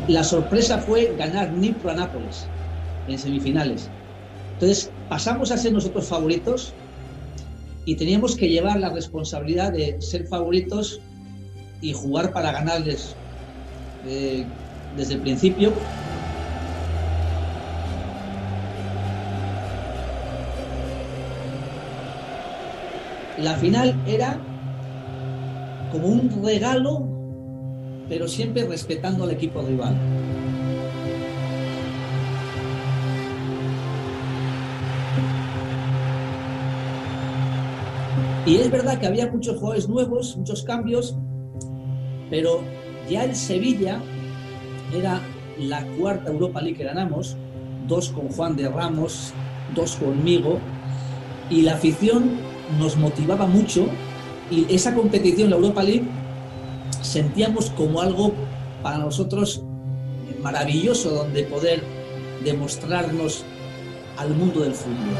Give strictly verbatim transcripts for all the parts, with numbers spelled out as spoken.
la sorpresa fue ganar Dnipro a Nápoles en semifinales. Entonces pasamos a ser nosotros favoritos y teníamos que llevar la responsabilidad de ser favoritos y jugar para ganarles eh, desde el principio. La final era como un regalo, pero siempre respetando al equipo rival. Y es verdad que había muchos jugadores nuevos, muchos cambios, pero ya el Sevilla era la cuarta Europa League que ganamos, dos con Juan de Ramos, dos conmigo, y la afición nos motivaba mucho, y esa competición, la Europa League, sentíamos como algo para nosotros maravilloso, donde poder demostrarnos al mundo del fútbol.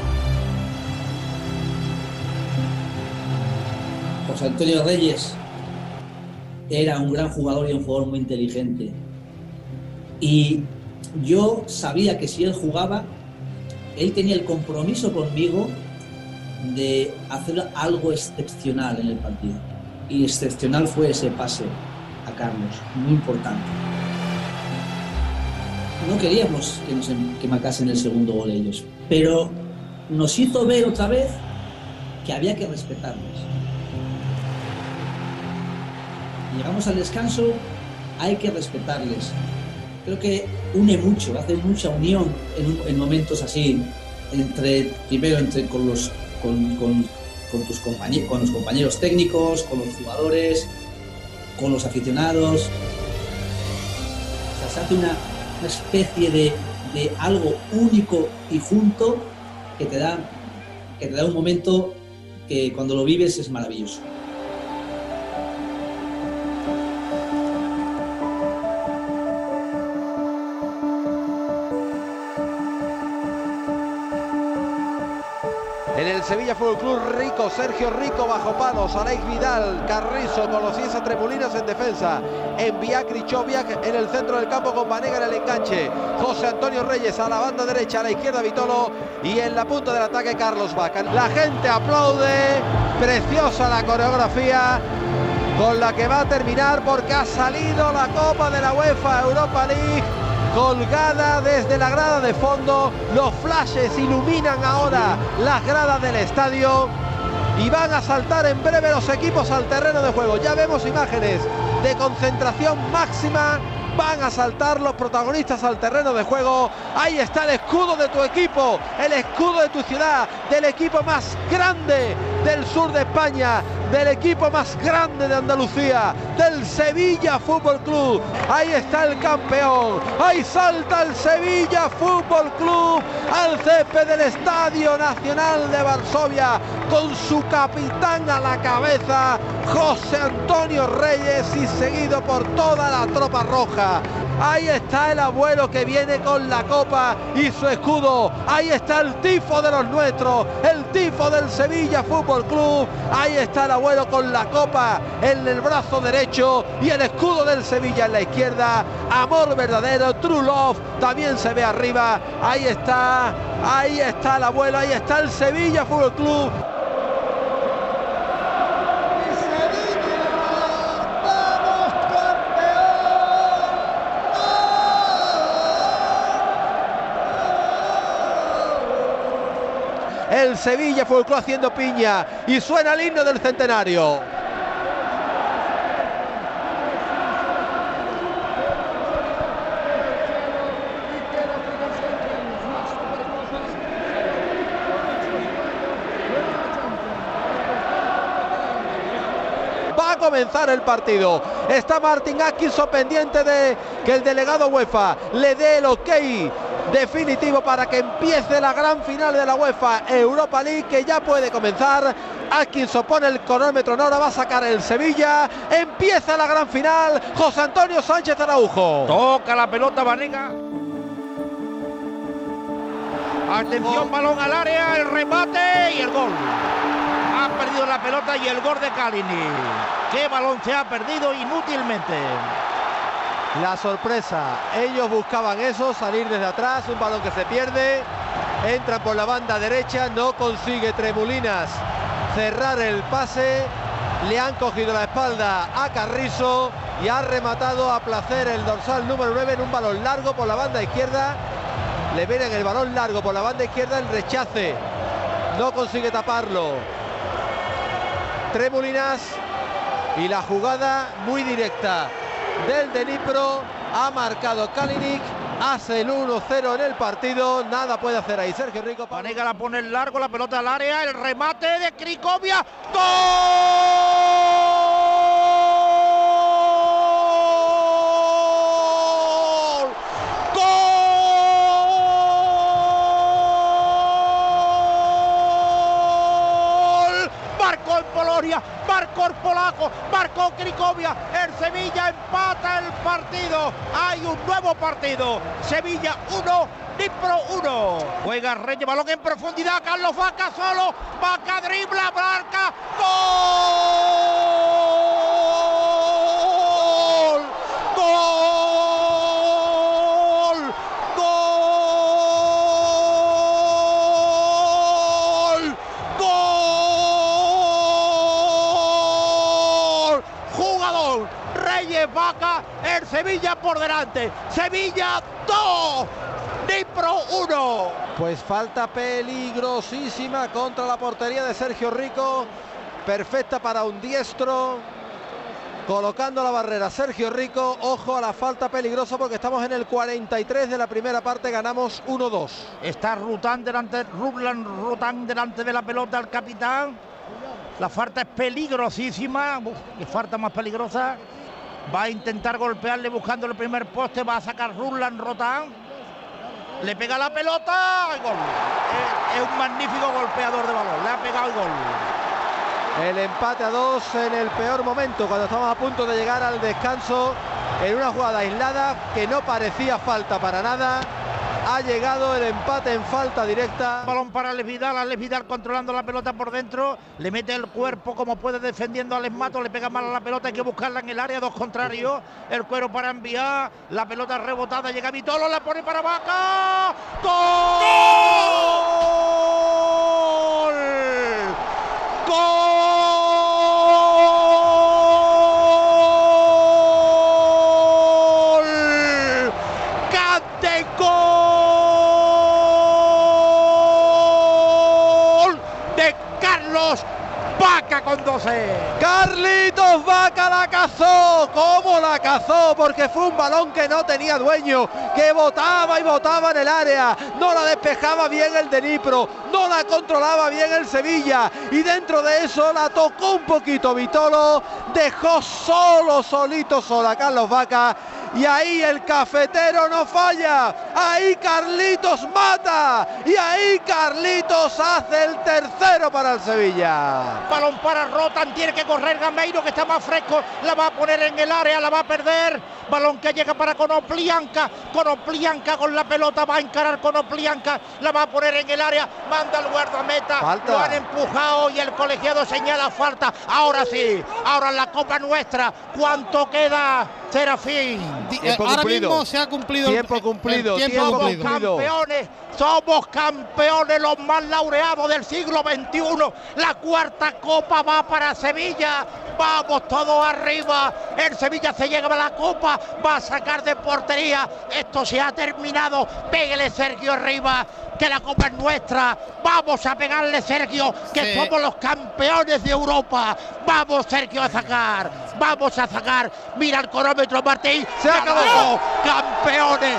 José Antonio Reyes era un gran jugador y un jugador muy inteligente. Y yo sabía que si él jugaba, él tenía el compromiso conmigo de hacer algo excepcional en el partido. Y excepcional fue ese pase a Carlos, muy importante. No queríamos que, nos, que marcasen el segundo gol ellos, pero nos hizo ver otra vez que había que respetarlos. Llegamos al descanso, hay que respetarles. Creo que une mucho, hace mucha unión en, en momentos así, entre primero entre con los con, con, con tus compañeros, con los compañeros técnicos, con los jugadores, con los aficionados. O sea, se hace una, una especie de, de algo único y junto que te da que te da un momento que cuando lo vives es maravilloso. En el Sevilla Fútbol Club, Rico, Sergio Rico bajo palos, Alex Vidal, Carrizo con los Ciesa Tremulinas en defensa, Envía Krychowiak en el centro del campo con Banega en el enganche, José Antonio Reyes a la banda derecha, a la izquierda Vitolo y en la punta del ataque Carlos Vaca. La gente aplaude, preciosa la coreografía con la que va a terminar porque ha salido la Copa de la UEFA Europa League colgada desde la grada de fondo. Los flashes iluminan ahora las gradas del estadio y van a saltar en breve los equipos al terreno de juego. Ya vemos imágenes de concentración máxima. Van a saltar los protagonistas al terreno de juego. Ahí está el escudo de tu equipo, el escudo de tu ciudad, del equipo más grande del sur de España, del equipo más grande de Andalucía, del Sevilla Fútbol Club. Ahí está el campeón, ahí salta el Sevilla Fútbol Club al césped del Estadio Nacional de Varsovia con su capitán a la cabeza, José Antonio Reyes, y seguido por toda la tropa roja. Ahí está el abuelo que viene con la copa y su escudo. Ahí está el tifo de los nuestros, el tifo del Sevilla Fútbol Club. Ahí está el abuelo con la copa en el brazo derecho y el escudo del Sevilla en la izquierda. Amor verdadero, true love, también se ve arriba. Ahí está, ahí está el abuelo, ahí está el Sevilla Fútbol Club. El Sevilla Fútbol Club haciendo piña y suena el himno del centenario. Va a comenzar el partido. Está Martin Atkinson pendiente de que el delegado UEFA le dé el ok definitivo para que empiece la gran final de la UEFA Europa League, que ya puede comenzar. Atkinson pone el cronómetro en hora, va a sacar el Sevilla, empieza la gran final. José Antonio Sánchez Araujo toca la pelota Banega. Atención, balón al área, el remate y el gol. Ha perdido la pelota y el gol de Kalinic. Qué balón se ha perdido inútilmente. La sorpresa, ellos buscaban eso, salir desde atrás, un balón que se pierde, entra por la banda derecha, no consigue Tremolinas cerrar el pase, le han cogido la espalda a Carrizo y ha rematado a placer el dorsal número nueve en un balón largo por la banda izquierda. Le viene en el balón largo por la banda izquierda, el rechace, no consigue taparlo Tremolinas, y la jugada muy directa del Dnipro, ha marcado Kalinic, hace el uno cero en el partido, nada puede hacer ahí Sergio Rico. Banega la pone en largo, la pelota al área, el remate de Cricovia, ¡gol! Marcó el Polonia, marcó el polaco, marcó Cricovia, el Sevilla empata el partido, hay un nuevo partido, Sevilla uno, Dnipro uno. Juega Reyes, balón en profundidad, Carlos Vaca solo, Vaca dribla, marca, ¡gol! ¡Gol! ¡Gol! ¡Gol! Jugador Reyes Vaca, el Sevilla por delante, Sevilla dos, Dnipro uno. Pues falta peligrosísima contra la portería de Sergio Rico, perfecta para un diestro, colocando la barrera Sergio Rico. Ojo a la falta peligrosa porque estamos en el cuarenta y tres de la primera parte, ganamos uno dos. Está Rután delante, Rublan Rután delante de la pelota al capitán. La falta es peligrosísima. Uf, qué falta más peligrosa. Va a intentar golpearle buscando el primer poste, va a sacar Rublan Rután. Le pega la pelota, gol. Es, es un magnífico golpeador de balón, le ha pegado el gol. El empate a dos en el peor momento, cuando estamos a punto de llegar al descanso, en una jugada aislada que no parecía falta para nada. Ha llegado el empate en falta directa. Balón para Alex Vidal, Alex Vidal controlando la pelota por dentro, le mete el cuerpo como puede defendiendo a Alex Mato, le pega mal a la pelota, hay que buscarla en el área, dos contrarios, el cuero para enviar, la pelota rebotada, llega Vitolo, la pone para Vaca, ¡gol! ¡Gol! ¡Cante gol de Carlos Vaca con doce! Carlitos Vaca la cazó. ¿Cómo la cazó? Porque fue un balón que no tenía dueño, que botaba y botaba en el área, no la despejaba bien el Dnipro, no la controlaba bien el Sevilla, y dentro de eso la tocó un poquito Vitolo, dejó solo, solito, sola Carlos Vaca, y ahí el cafetero no falla, ahí Carlitos mata, y ahí Carlitos hace el tercero para el Sevilla. Balón para Rotan, tiene que correr Gameiro, que está más fresco, la va a poner en el área, la va a perder. Balón que llega para Konoplyanka, Konoplyanka con la pelota, va a encarar Konoplyanka, la va a poner en el área, manda al guardameta, falta. Lo han empujado y el colegiado señala falta. Ahora sí, ahora la copa nuestra, ¿cuánto queda, Serafín? Eh, ahora mismo se ha cumplido tiempo el, cumplido, el tiempo tiempo cumplido. Campeones, somos campeones, los más laureados del siglo veintiuno. La cuarta copa va para Sevilla. Vamos todos arriba. El Sevilla se llega a la copa, va a sacar de portería. Esto se ha terminado. Pégale, Sergio, arriba, que la copa es nuestra. Vamos a pegarle, Sergio, que Sí. somos los campeones de Europa. Vamos, Sergio, a sacar. Vamos a sacar. Mira el cronómetro, Martín. Se acabó. ¡Ganamos! Campeones,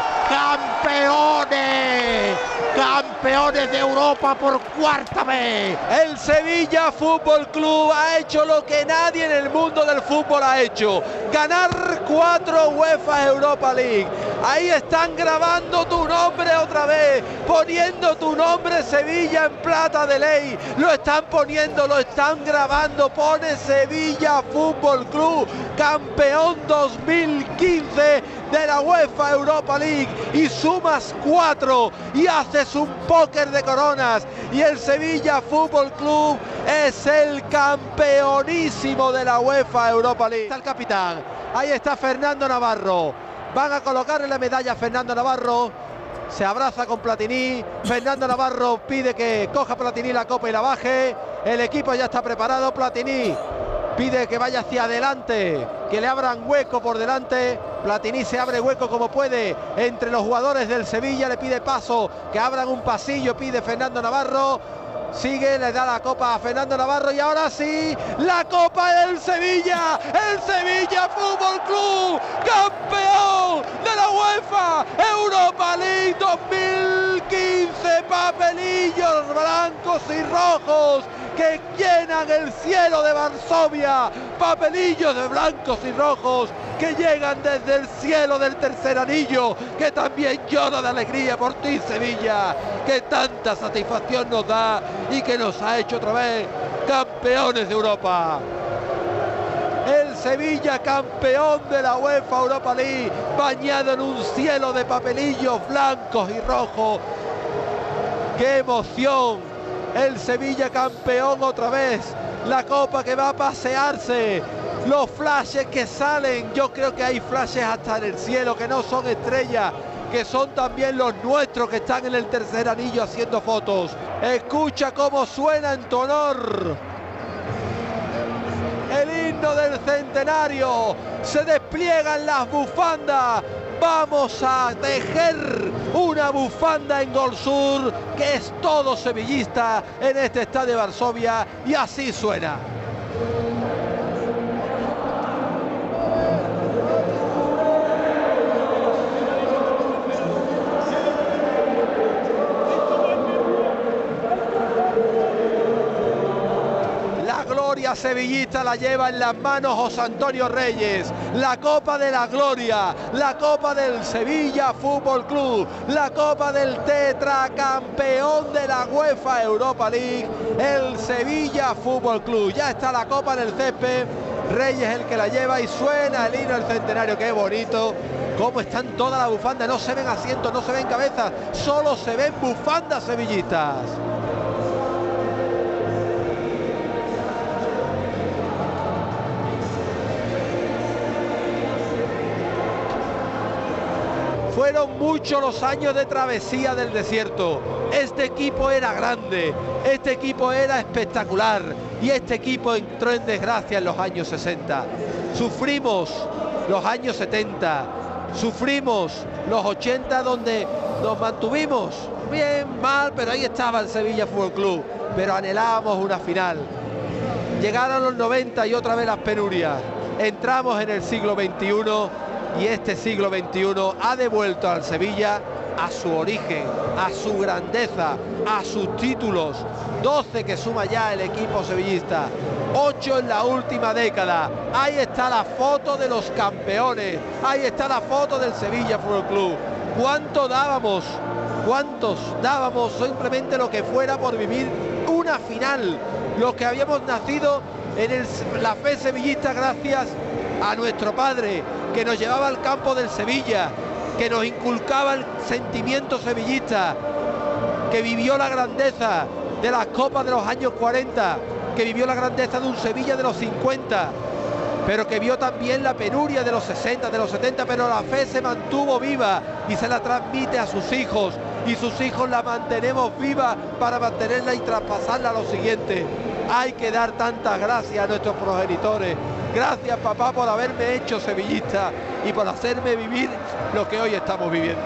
campeones, campeones de Europa por cuarta vez. El Sevilla Fútbol Club ha hecho lo que nadie en el mundo del fútbol ha hecho: ganar cuatro UEFA Europa League. Ahí están grabando tu nombre otra vez, poniendo tu nombre Sevilla en plata de ley. Lo están poniendo, lo están grabando. Pone Sevilla Fútbol Club, campeón dos mil quince de la UEFA Europa League, y sumas cuatro y haces un póker de coronas, y el Sevilla Fútbol Club es el campeonísimo de la UEFA Europa League. Está el capitán, ahí está Fernando Navarro, van a colocarle la medalla a Fernando Navarro. Se abraza con Platini. Fernando Navarro pide que coja Platini la copa y la baje. El equipo ya está preparado. Platini pide que vaya hacia adelante, que le abran hueco por delante. Platini se abre hueco como puede entre los jugadores del Sevilla. Le pide paso, que abran un pasillo, pide Fernando Navarro. Sigue, le da la copa a Fernando Navarro y ahora sí, la copa del Sevilla, el Sevilla Fútbol Club, campeón de la UEFA Europa League dos mil quince, papelillos blancos y rojos que llenan el cielo de Varsovia, papelillos de blancos y rojos que llegan desde el cielo del tercer anillo, que también llora de alegría por ti, Sevilla, que tanta satisfacción nos da y que nos ha hecho otra vez campeones de Europa. El Sevilla campeón de la UEFA Europa League, bañado en un cielo de papelillos blancos y rojos. ¡Qué emoción! El Sevilla campeón otra vez, la copa que va a pasearse, los flashes que salen, yo creo que hay flashes hasta en el cielo que no son estrellas, que son también los nuestros que están en el tercer anillo haciendo fotos. Escucha cómo suena en tu honor el himno del centenario, se despliegan las bufandas. Vamos a tejer una bufanda en Gol Sur que es todo sevillista en este estadio de Varsovia, y así suena. Gloria sevillista la lleva en las manos José Antonio Reyes, la Copa de la Gloria, la Copa del Sevilla Fútbol Club, la Copa del tetracampeón de la UEFA Europa League, el Sevilla Fútbol Club. Ya está la Copa en el césped, Reyes el que la lleva y suena el himno del centenario. Qué bonito, cómo están todas las bufandas, no se ven asientos, no se ven cabezas, solo se ven bufandas sevillistas. Fueron muchos los años de travesía del desierto. Este equipo era grande, este equipo era espectacular y este equipo entró en desgracia en los años sesenta. Sufrimos los años setenta, sufrimos los ochenta, donde nos mantuvimos bien, mal, pero ahí estaba el Sevilla Fútbol Club, pero anhelábamos una final. Llegaron los noventa y otra vez las penurias. Entramos en el siglo veintiuno y este siglo veintiuno ha devuelto al Sevilla a su origen, a su grandeza, a sus títulos. doce que suma ya el equipo sevillista, ocho en la última década. Ahí está la foto de los campeones, ahí está la foto del Sevilla Fútbol Club. ¿Cuánto dábamos? ¿Cuántos dábamos simplemente lo que fuera por vivir una final? Los que habíamos nacido en el, la fe sevillista gracias a nuestro padre, que nos llevaba al campo del Sevilla, que nos inculcaba el sentimiento sevillista, que vivió la grandeza de las copas de los años cuarenta, que vivió la grandeza de un Sevilla de los cincuenta, pero que vio también la penuria de los sesenta, de los setenta, pero la fe se mantuvo viva y se la transmite a sus hijos, y sus hijos la mantenemos viva para mantenerla y traspasarla a los siguientes. Hay que dar tantas gracias a nuestros progenitores. Gracias, papá, por haberme hecho sevillista y por hacerme vivir lo que hoy estamos viviendo.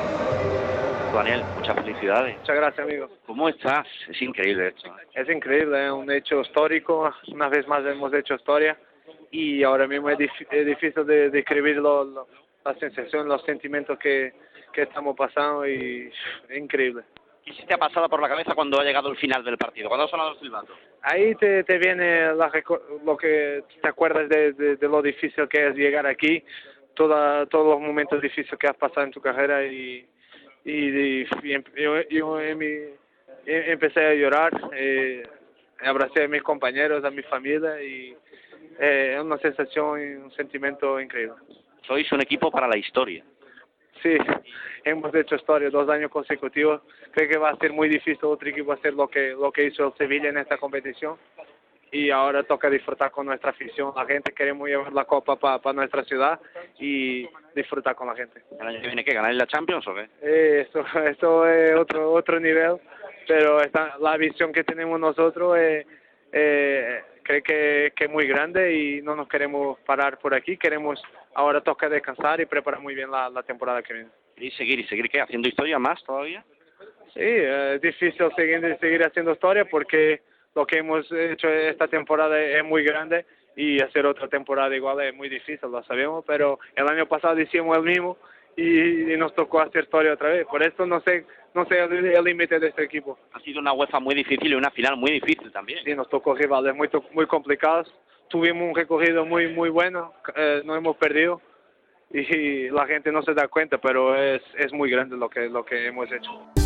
Daniel, muchas felicidades. Muchas gracias, amigo. ¿Cómo estás? Es increíble esto. Es increíble, es un hecho histórico. Una vez más hemos hecho historia y ahora mismo es, dif es difícil de describir lo, lo, la sensación, los sentimientos que, que estamos pasando, y es increíble. ¿Qué se te ha pasado por la cabeza cuando ha llegado el final del partido, cuando ha sonado el silbato? Ahí te, te viene la, lo que te acuerdas de, de, de lo difícil que es llegar aquí, toda, todos los momentos difíciles que has pasado en tu carrera, y, y, y, y yo, yo en mi, empecé a llorar, eh, abracé a mis compañeros, a mi familia, y eh, es una sensación y un sentimiento increíble. Sois un equipo para la historia. Sí, hemos hecho historia dos años consecutivos. Creo que va a ser muy difícil otro equipo hacer lo que lo que hizo el Sevilla en esta competición. Y ahora toca disfrutar con nuestra afición, la gente. Queremos llevar la copa para pa nuestra ciudad y disfrutar con la gente. ¿El año que viene qué? ¿Ganar la Champions o qué? Eh, esto, esto es otro otro nivel, pero esta, la visión que tenemos nosotros es, eh, creo que, que es muy grande y no nos queremos parar por aquí, queremos ahora toca descansar y preparar muy bien la, la temporada que viene. ¿Y seguir? ¿Y seguir qué? ¿Haciendo historia más todavía? Sí, es difícil seguir, seguir haciendo historia porque lo que hemos hecho esta temporada es muy grande y hacer otra temporada igual es muy difícil, lo sabemos, pero el año pasado hicimos el mismo y, y nos tocó hacer historia otra vez. Por eso no sé, no sé el límite de este equipo. Ha sido una UEFA muy difícil y una final muy difícil también. Sí, nos tocó rivales muy, muy complicados. Tuvimos un recorrido muy, muy bueno, eh, no hemos perdido y la gente no se da cuenta, pero es, es muy grande lo que, lo que hemos hecho.